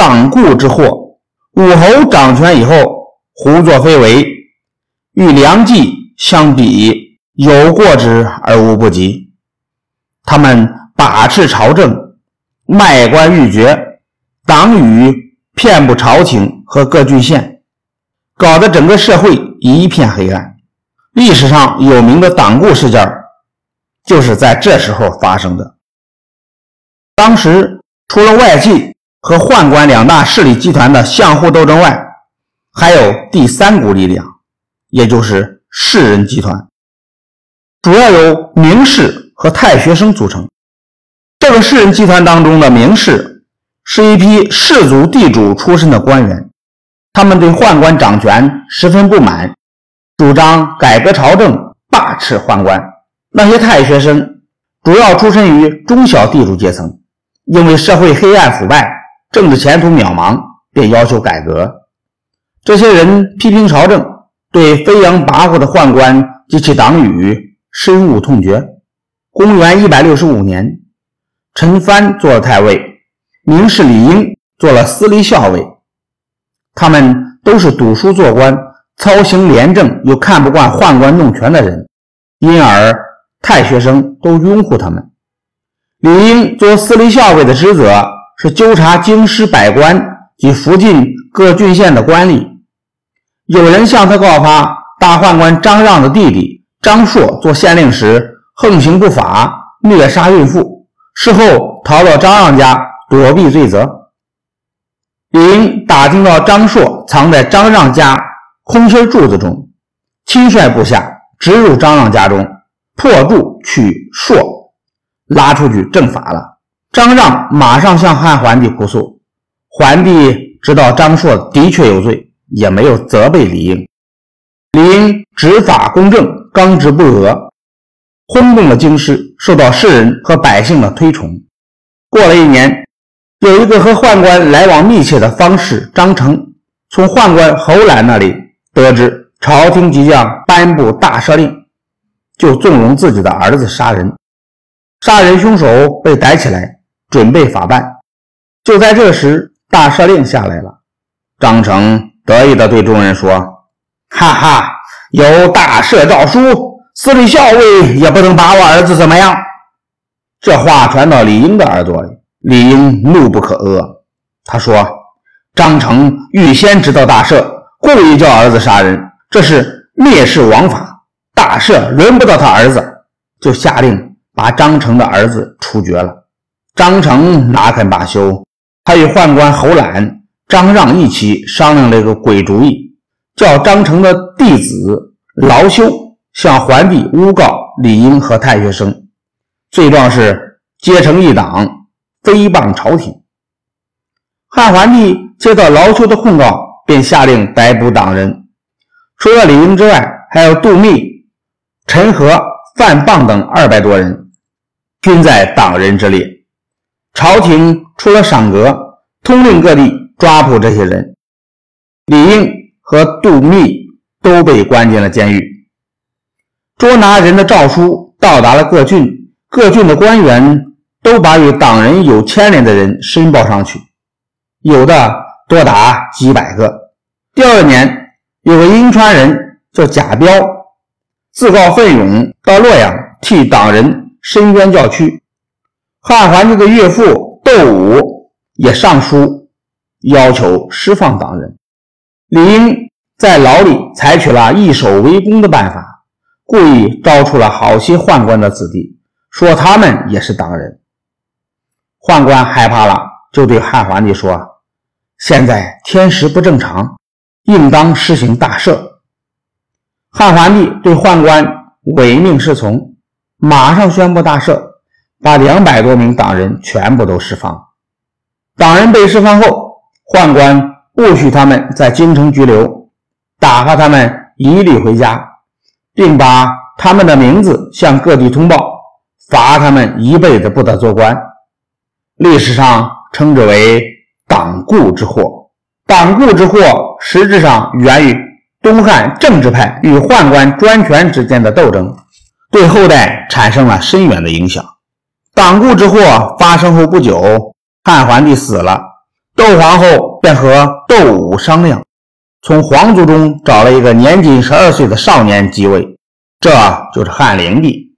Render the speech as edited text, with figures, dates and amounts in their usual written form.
党锢之祸。武侯掌权以后，胡作非为，与梁冀相比，有过之而无不及。他们把持朝政，卖官鬻爵，党羽遍布朝廷和各郡县，搞得整个社会一片黑暗。历史上有名的党锢事件就是在这时候发生的。当时除了外戚和宦官两大势力集团的相互斗争外，还有第三股力量，也就是士人集团，主要由名士和太学生组成。这个士人集团当中的名士是一批士族地主出身的官员，他们对宦官掌权十分不满，主张改革朝政，罢斥宦官。那些太学生主要出身于中小地主阶层，因为社会黑暗腐败，政治前途渺茫，便要求改革。这些人批评朝政，对飞扬跋扈的宦官及其党羽深恶痛绝。公元165年，陈蕃做了太尉，名士李英做了司隶校尉。他们都是读书做官，操行廉政又看不惯宦官弄权的人，因而太学生都拥护他们。李英做司隶校尉的职责是纠察京师百官及附近各郡县的官吏。有人向他告发大宦官张让的弟弟张硕做县令时横行不法，虐杀孕妇，事后逃到张让家躲避罪责。李英打听到张硕藏在张让家空心柱子中，亲率部下直入张让家中，破柱取硕，拉出去正法了。张让马上向汉桓帝哭诉，桓帝知道张硕的确有罪，也没有责备李英。李英执法公正，刚直不阿，轰动了京师，受到士人和百姓的推崇。过了1年，有一个和宦官来往密切的方士张成，从宦官侯览那里得知朝廷即将颁布大赦令，就纵容自己的儿子杀人。杀人凶手被逮起来，准备法办。就在这时，大赦令下来了。张成得意地对众人说，哈哈，有大赦诏书，司隶校尉也不能把我儿子怎么样。这话传到李英的耳朵里，李英怒不可遏。他说，张成预先知道大赦，故意叫儿子杀人，这是蔑视王法，大赦轮不到他儿子，就下令把张成的儿子处决了。张成哪肯罢休，他与宦官侯览、张让一起商量了一个鬼主意，叫张成的弟子劳修向桓帝诬告李英和太学生，罪状是结成一党，诽谤朝廷。汉桓帝接到劳修的控告，便下令逮捕党人，除了李英之外，还有杜密、陈和、范滂等200多人，均在党人之列。朝廷出了赏格，通令各地抓捕这些人。李英和杜密都被关进了监狱。捉拿人的诏书到达了各郡，各郡的官员都把与党人有牵连的人申报上去，有的多达几百个。第2年，有个阴川人叫贾彪，自告奋勇到洛阳替党人申冤叫屈。汉桓帝的岳父窦武也上书要求释放党人。李英在牢里采取了易守为攻的办法，故意招出了好些宦官的子弟，说他们也是党人。宦官害怕了，就对汉桓帝说，现在天时不正常，应当施行大赦。汉桓帝对宦官唯命是从，马上宣布大赦，把200多名党人全部都释放。党人被释放后，宦官不许他们在京城拘留，打发他们一律回家，并把他们的名字向各地通报，罚他们一辈子不得做官。历史上称之为党锢之祸。党锢之祸实质上源于东汉政治派与宦官专权之间的斗争，对后代产生了深远的影响。党锢之祸发生后不久，汉桓帝死了， 窦皇后便和窦武商量，从皇族中找了一个年仅12岁的少年即位，这就是汉灵帝。